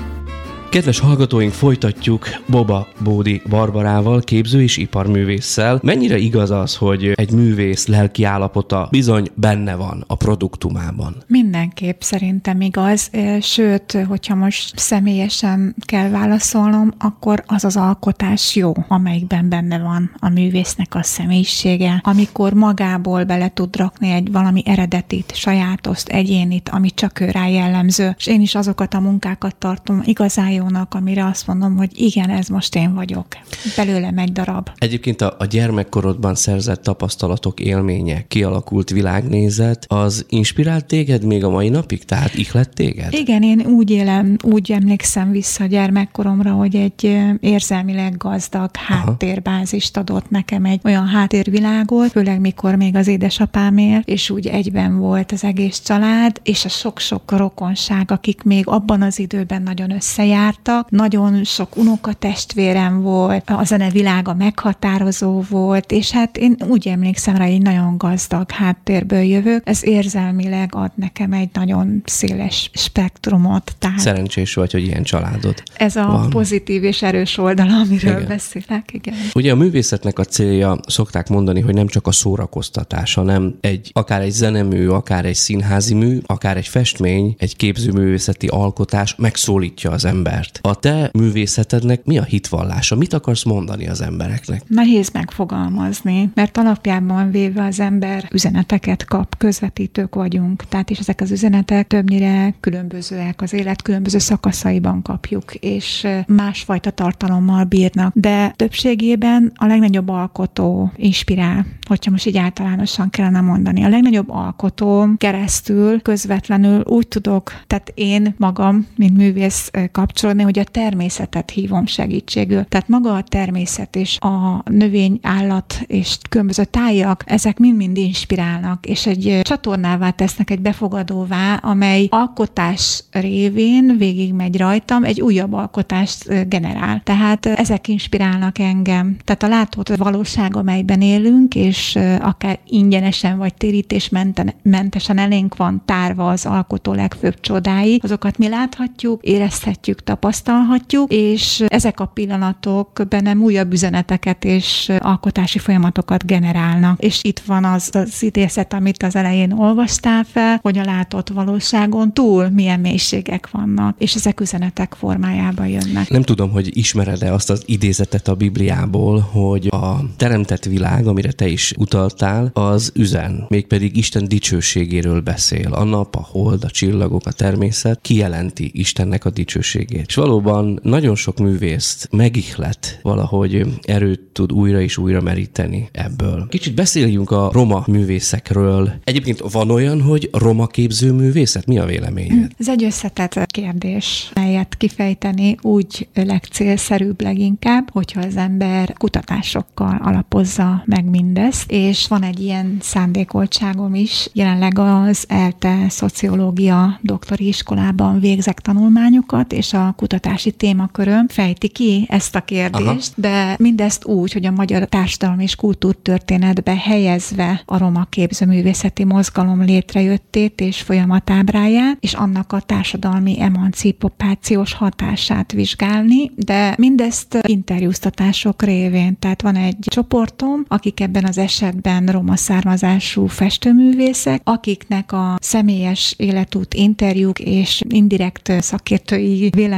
Kedves hallgatóink, folytatjuk Boba Bódi Barbarával, képző és iparművésszel. Mennyire igaz az, hogy egy művész lelki állapota bizony benne van a produktumában? Mindenképp szerintem igaz, sőt, hogyha most személyesen kell válaszolnom, akkor az az alkotás jó, amelyikben benne van a művésznek a személyisége, amikor magából bele tud rakni egy valami eredetit, sajátost, egyénit, ami csak ő rá jellemző. És én is azokat a munkákat tartom igazán jónak, amire azt mondom, hogy igen, ez most én vagyok. Belőlem egy darab. Egyébként a, a gyermekkorodban szerzett tapasztalatok, élmények, kialakult világnézet, az inspirált téged még a mai napig? Tehát ihlet téged? Igen, én úgy élem, úgy emlékszem vissza a gyermekkoromra, hogy egy érzelmileg gazdag háttérbázist adott nekem, egy olyan háttérvilágot, főleg mikor még az édesapám él, és úgy egyben volt az egész család, és a sok-sok rokonság, akik még abban az időben nagyon összejártak. Nagyon sok unokatestvérem volt, a zenevilága meghatározó volt, és hát én úgy emlékszem rá, hogy egy nagyon gazdag háttérből jövök. Ez érzelmileg ad nekem egy nagyon széles spektrumot. Tehát szerencsés vagy, hogy ilyen családod ez a van. Pozitív és erős oldala, amiről igen. beszélek. Igen. Ugye a művészetnek a célja, szokták mondani, hogy nem csak a szórakoztatás, hanem egy, akár egy zenemű, akár egy színházi mű, akár egy festmény, egy képzőművészeti alkotás megszólítja az embert. A te művészetednek mi a hitvallása? Mit akarsz mondani az embereknek? Nehéz megfogalmazni, mert alapjában véve az ember üzeneteket kap, közvetítők vagyunk, tehát és ezek az üzenetek többnyire különbözőek, az élet különböző szakaszaiban kapjuk, és másfajta tartalommal bírnak, de többségében a legnagyobb alkotó inspirál, hogyha most így általánosan kellene mondani. A legnagyobb alkotó keresztül közvetlenül úgy tudok, tehát én magam, mint művész kapcsolódni, hogy a természetet hívom segítségül. Tehát maga a természet és a növény, állat és különböző tájak, ezek mind-mind inspirálnak, és egy csatornává tesznek, egy befogadóvá, amely alkotás révén végigmegy rajtam, egy újabb alkotást generál. Tehát ezek inspirálnak engem. Tehát a látott valóság, amelyben élünk, és akár ingyenesen vagy térítésmentesen elénk van tárva az alkotó legfőbb csodái, azokat mi láthatjuk, érezhetjük, tapasztalhatjuk, és ezek a pillanatok bennem újabb üzeneteket és alkotási folyamatokat generálnak. És itt van az az idézet, amit az elején olvastál fel, hogy a látott valóságon túl milyen mélységek vannak, és ezek üzenetek formájában jönnek. Nem tudom, hogy ismered-e azt az idézetet a Bibliából, hogy a teremtett világ, amire te is utaltál, az üzen, mégpedig Isten dicsőségéről beszél. A nap, a hold, a csillagok, a természet kijelenti Istennek a dicsőségét. És valóban nagyon sok művészt megihlet, valahogy erőt tud újra és újra meríteni ebből. Kicsit beszéljünk a roma művészekről. Egyébként van olyan, hogy roma képző művészet? Mi a véleményed? Ez egy összetett kérdés, melyet kifejteni úgy legcélszerűbb leginkább, hogyha az ember kutatásokkal alapozza meg mindezt, és van egy ilyen szándékoltságom is. Jelenleg az ELTE szociológia doktori iskolában végzek tanulmányokat, és a kutatási témaköröm fejti ki ezt a kérdést, aha, de mindezt úgy, hogy a magyar társadalmi és kultúrtörténetbe helyezve a roma képzőművészeti mozgalom létrejöttét és folyamatábráját, és annak a társadalmi emancipációs hatását vizsgálni, de mindezt interjúztatások révén. Tehát van egy csoportom, akik ebben az esetben roma származású festőművészek, akiknek a személyes életút interjúk és indirekt szakértői vélemény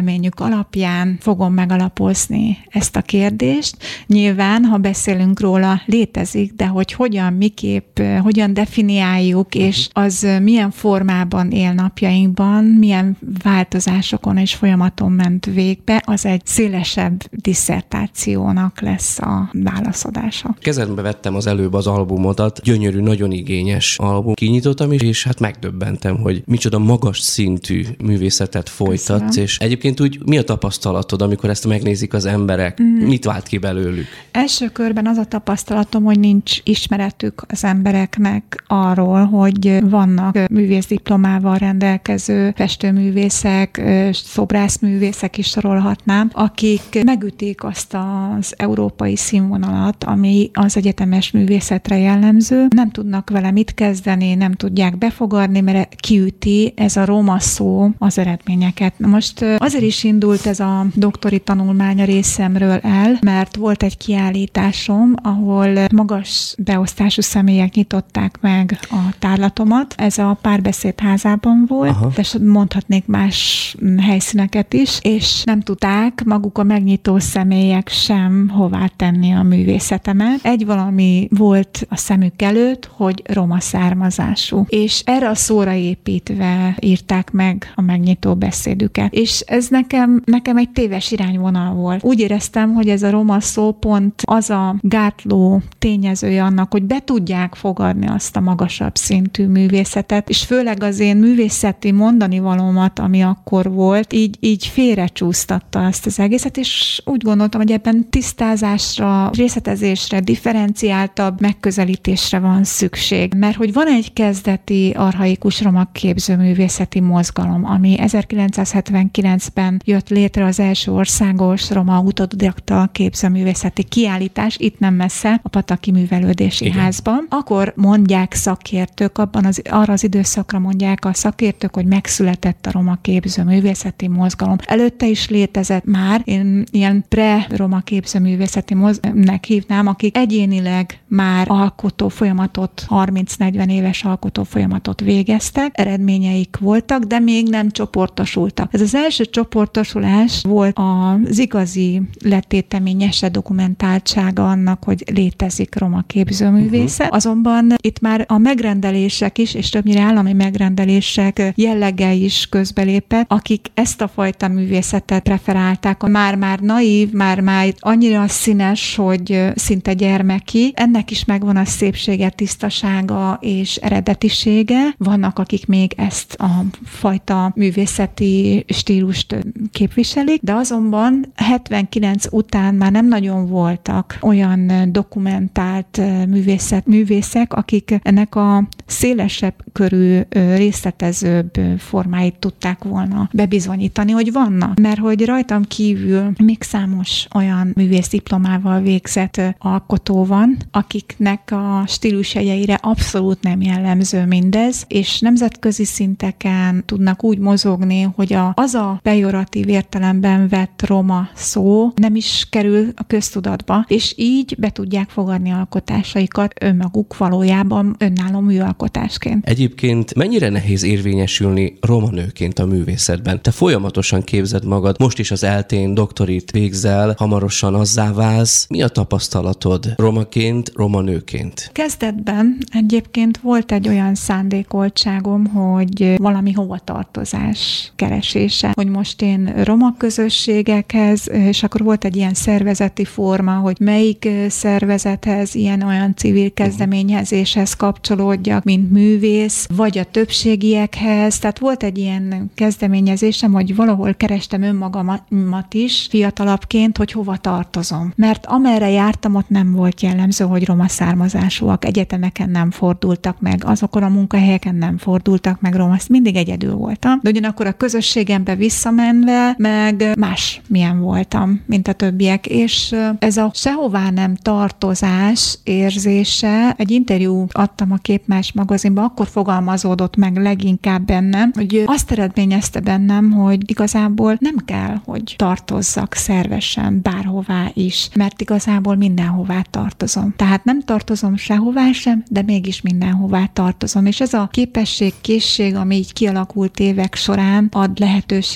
véleményük alapján fogom megalapozni ezt a kérdést. Nyilván, ha beszélünk róla, létezik, de hogy hogyan, miképp, hogyan definiáljuk, és az milyen formában él napjainkban, milyen változásokon és folyamaton ment végbe, az egy szélesebb disszertációnak lesz a válaszadása. Kezembe vettem az előbb az albumodat, gyönyörű, nagyon igényes album. Kinyitottam is, és hát megdöbbentem, hogy micsoda magas szintű művészetet folytatsz, Köszönöm. És egyébként úgy mi a tapasztalatod, amikor ezt megnézik az emberek? Mm. Mit vált ki belőlük? Első körben az a tapasztalatom, hogy nincs ismeretük az embereknek arról, hogy vannak művészdiplomával rendelkező festőművészek, szobrászművészek is sorolhatnám, akik megütik azt az európai színvonalat, ami az egyetemes művészetre jellemző. Nem tudnak vele mit kezdeni, nem tudják befogadni, mert kiüti ez a roma szó az eredményeket. Most azért is indult ez a doktori tanulmány a részemről el, mert volt egy kiállításom, ahol magas beosztású személyek nyitották meg a tárlatomat. Ez a Párbeszéd házában volt, Aha. de mondhatnék más helyszíneket is, és nem tudták maguk a megnyitó személyek sem hová tenni a művészetemet. Egy valami volt a szemük előtt, hogy roma származású. És erre a szóra építve írták meg a megnyitó beszédüket. És ez nekem, nekem egy téves irányvonal volt. Úgy éreztem, hogy ez a roma szó pont az a gátló tényezője annak, hogy be tudják fogadni azt a magasabb szintű művészetet, és főleg az én művészeti mondani valómat, ami akkor volt, így, így félrecsúsztatta ezt az egészet, és úgy gondoltam, hogy ebben tisztázásra, részletezésre, differenciáltabb megközelítésre van szükség. Mert hogy van egy kezdeti archaikus roma képzőművészeti mozgalom, ami ezerkilencszázhetvenkilencben jött létre az első országos roma autodidakta képzőművészeti kiállítás, itt nem messze, a Pataki Művelődési Igen. Házban. Akkor mondják szakértők, abban az, arra az időszakra mondják a szakértők, hogy megszületett a roma képzőművészeti mozgalom. Előtte is létezett már, én ilyen pre-roma képzőművészeti mozgalomnak hívnám, akik egyénileg már alkotó folyamatot, harminc-negyven éves alkotó folyamatot végeztek, eredményeik voltak, de még nem csoportosultak. Ez az első csoportosulás volt az igazi letéteményese dokumentáltsága annak, hogy létezik roma képzőművészet. Uh-huh. Azonban itt már a megrendelések is, és többnyire állami megrendelések jellege is közbelépett, akik ezt a fajta művészetet preferálták. Már-már naív, már-már annyira színes, hogy szinte gyermeki. Ennek is megvan a szépsége, tisztasága és eredetisége. Vannak, akik még ezt a fajta művészeti stílust képviselik, de azonban hetvenkilenc után már nem nagyon voltak olyan dokumentált művészet, művészek, akik ennek a szélesebb körű, részletezőbb formáit tudták volna bebizonyítani, hogy vannak. Mert hogy rajtam kívül még számos olyan művészdiplomával végzett alkotó van, akiknek a stílusjegyeire abszolút nem jellemző mindez, és nemzetközi szinteken tudnak úgy mozogni, hogy a, az a pejoratív értelemben vett roma szó nem is kerül a köztudatba, és így be tudják fogadni alkotásaikat önmaguk valójában önálló műalkotásként. Egyébként mennyire nehéz érvényesülni roma nőként a művészetben? Te folyamatosan képzed magad, most is az eltén doktorit végzel, hamarosan azzá válsz. Mi a tapasztalatod romaként, roma nőként? Kezdetben egyébként volt egy olyan szándékoltságom, hogy valami hovatartozás keresése, hogy most én roma közösségekhez, és akkor volt egy ilyen szervezeti forma, hogy melyik szervezethez, ilyen-olyan civil kezdeményezéshez kapcsolódjak, mint művész, vagy a többségiekhez. Tehát volt egy ilyen kezdeményezésem, hogy valahol kerestem önmagamat is fiatalabbként, hogy hova tartozom. Mert amerre jártam, ott nem volt jellemző, hogy roma származásúak, egyetemeken nem fordultak meg, azokon a munkahelyeken nem fordultak meg roma, mindig egyedül voltam. De ugyanakkor a közösségembe visszamenve, meg más milyen voltam, mint a többiek, és ez a sehová nem tartozás érzése, egy interjú adtam a Képmás magazinban, akkor fogalmazódott meg leginkább bennem, hogy azt eredményezte bennem, hogy igazából nem kell, hogy tartozzak szervesen bárhová is, mert igazából mindenhová tartozom. Tehát nem tartozom sehová sem, de mégis mindenhová tartozom. És ez a képesség, készség, ami így kialakult évek során ad lehetőséget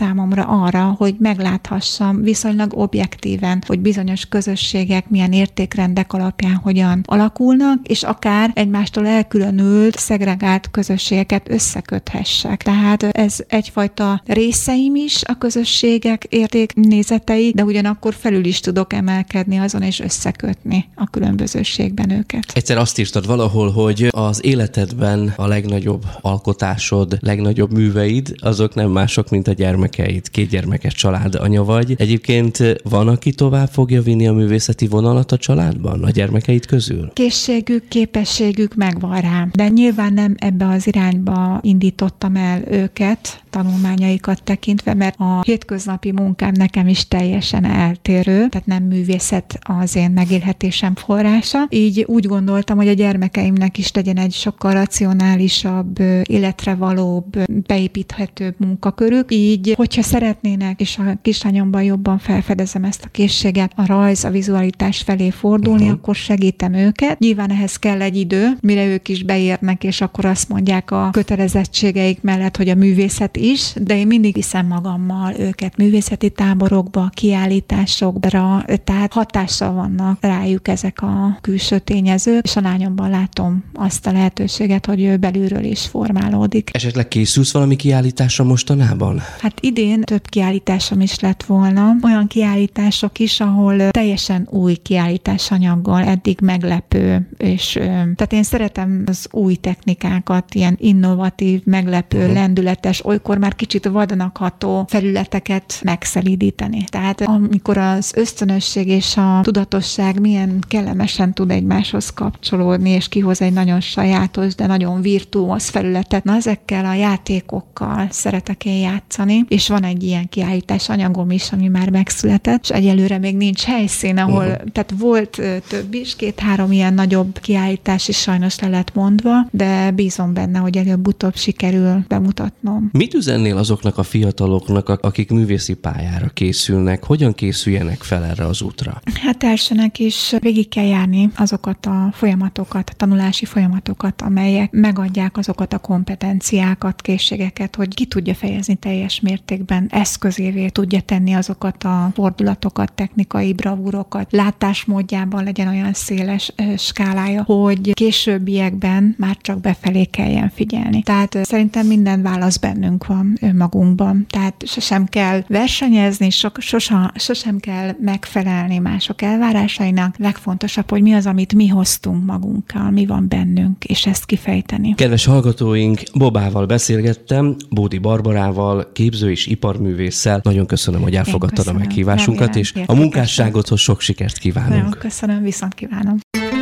számomra arra, hogy megláthassam viszonylag objektíven, hogy bizonyos közösségek milyen értékrendek alapján hogyan alakulnak, és akár egymástól elkülönült, szegregált közösségeket összeköthessek. Tehát ez egyfajta részeim is a közösségek értéknézetei, de ugyanakkor felül is tudok emelkedni azon, és összekötni a különbözőségben őket. Egyszer azt írtad valahol, hogy az életedben a legnagyobb alkotásod, legnagyobb műveid, azok nem mások, mint a gyermekeid. Két gyermekes család anya vagy. Egyébként van, aki tovább fogja vinni a művészeti vonalat a családban, a gyermekeid közül? Készségük, képességük megvan rá, de nyilván nem ebbe az irányba indítottam el őket, tanulmányaikat tekintve, mert a hétköznapi munkám nekem is teljesen eltérő, tehát nem művészet az én megélhetésem forrása. Így úgy gondoltam, hogy a gyermekeimnek is legyen egy sokkal racionálisabb, életre valóbb, beépíthetőbb munkakörük. Így, hogyha szeretnének, és a kislányomban jobban felfedezem ezt a készséget, a rajz, a vizualitás felé fordulni, uh-huh. akkor segítem őket. Nyilván ehhez kell egy idő, mire ők is beérnek, és akkor azt mondják a kötelezettségeik mellett, hogy a művészet is, de én mindig viszem magammal őket művészeti táborokba, kiállításokra, tehát hatással vannak rájuk ezek a külső tényezők, és a lányomban látom azt a lehetőséget, hogy ő belülről is formálódik. Esetleg készülsz valami kiállításra mostanában? Hát idén több kiállításom is lett volna. Olyan kiállítások is, ahol teljesen új kiállításanyaggal, eddig meglepő, és tehát én szeretem az új technikákat, ilyen innovatív, meglepő, uh-huh. lendületes, olykor már kicsit vadonakható felületeket megszelídíteni. Tehát amikor az ösztönösség és a tudatosság milyen kellemesen tud egymáshoz kapcsolódni, és kihoz egy nagyon sajátos, de nagyon virtuóz felületet, na ezekkel a játékokkal szeretek én játszani, és van egy ilyen kiállítás anyagom is, ami már megszületett, és egyelőre még nincs helyszín, ahol, uh-huh. tehát volt több is, két-három ilyen nagyobb kiállítás is sajnos le lett mondva, de bízom benne, hogy előbb-utóbb sikerül bemutatnom. Mit üzennél azoknak a fiataloknak, akik művészi pályára készülnek? Hogyan készüljenek fel erre az útra? Hát elsőnek is végig kell járni azokat a folyamatokat, a tanulási folyamatokat, amelyek megadják azokat a kompetenciákat, készségeket, hogy ki tudja fejezni teljes mértékben, eszközévé tudja tenni azokat a fordulatokat, technikai bravúrokat, látásmódjában legyen olyan széles skálája, hogy későbbiekben már csak befelé kelljen figyelni. Tehát szerintem minden válasz bennünk van önmagunkban. Tehát sosem kell versenyezni, so, sosem, sosem kell megfelelni mások elvárásainak. Legfontosabb, hogy mi az, amit mi hoztunk magunkkal, mi van bennünk, és ezt kifejteni. Kedves hallgatóink, Bobával beszélgettem, Bódi Barbarával, képző és iparművésszel. Nagyon köszönöm, hogy elfogadtad a meghívásunkat, remélem, és a munkásságodhoz sok sikert kívánunk. Nagyon köszönöm, viszont kívánom.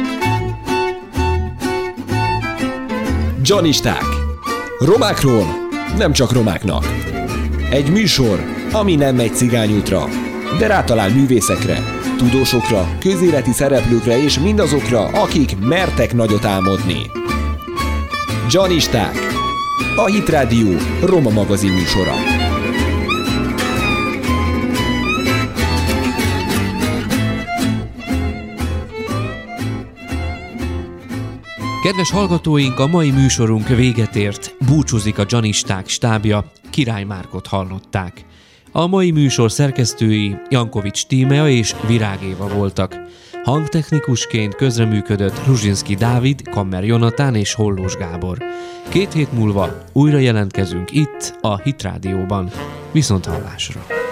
Dzsanisták. Romákról nem csak romáknak. Egy műsor, ami nem megy cigányútra, de rátalál művészekre, tudósokra, közéleti szereplőkre és mindazokra, akik mertek nagyot álmodni. Dzsanisták. A Hit Rádió Roma magazin műsora. Kedves hallgatóink, a mai műsorunk véget ért. Búcsúzik a Dzsanisták stábja, Király Márkot hallották. A mai műsor szerkesztői Jankovics Tímea és Virág Éva voltak. Hangtechnikusként közreműködött Ruzsinszky Dávid, Kammer Jonatán és Hollós Gábor. Két hét múlva újra jelentkezünk itt, a Hit Rádióban. Viszont hallásra!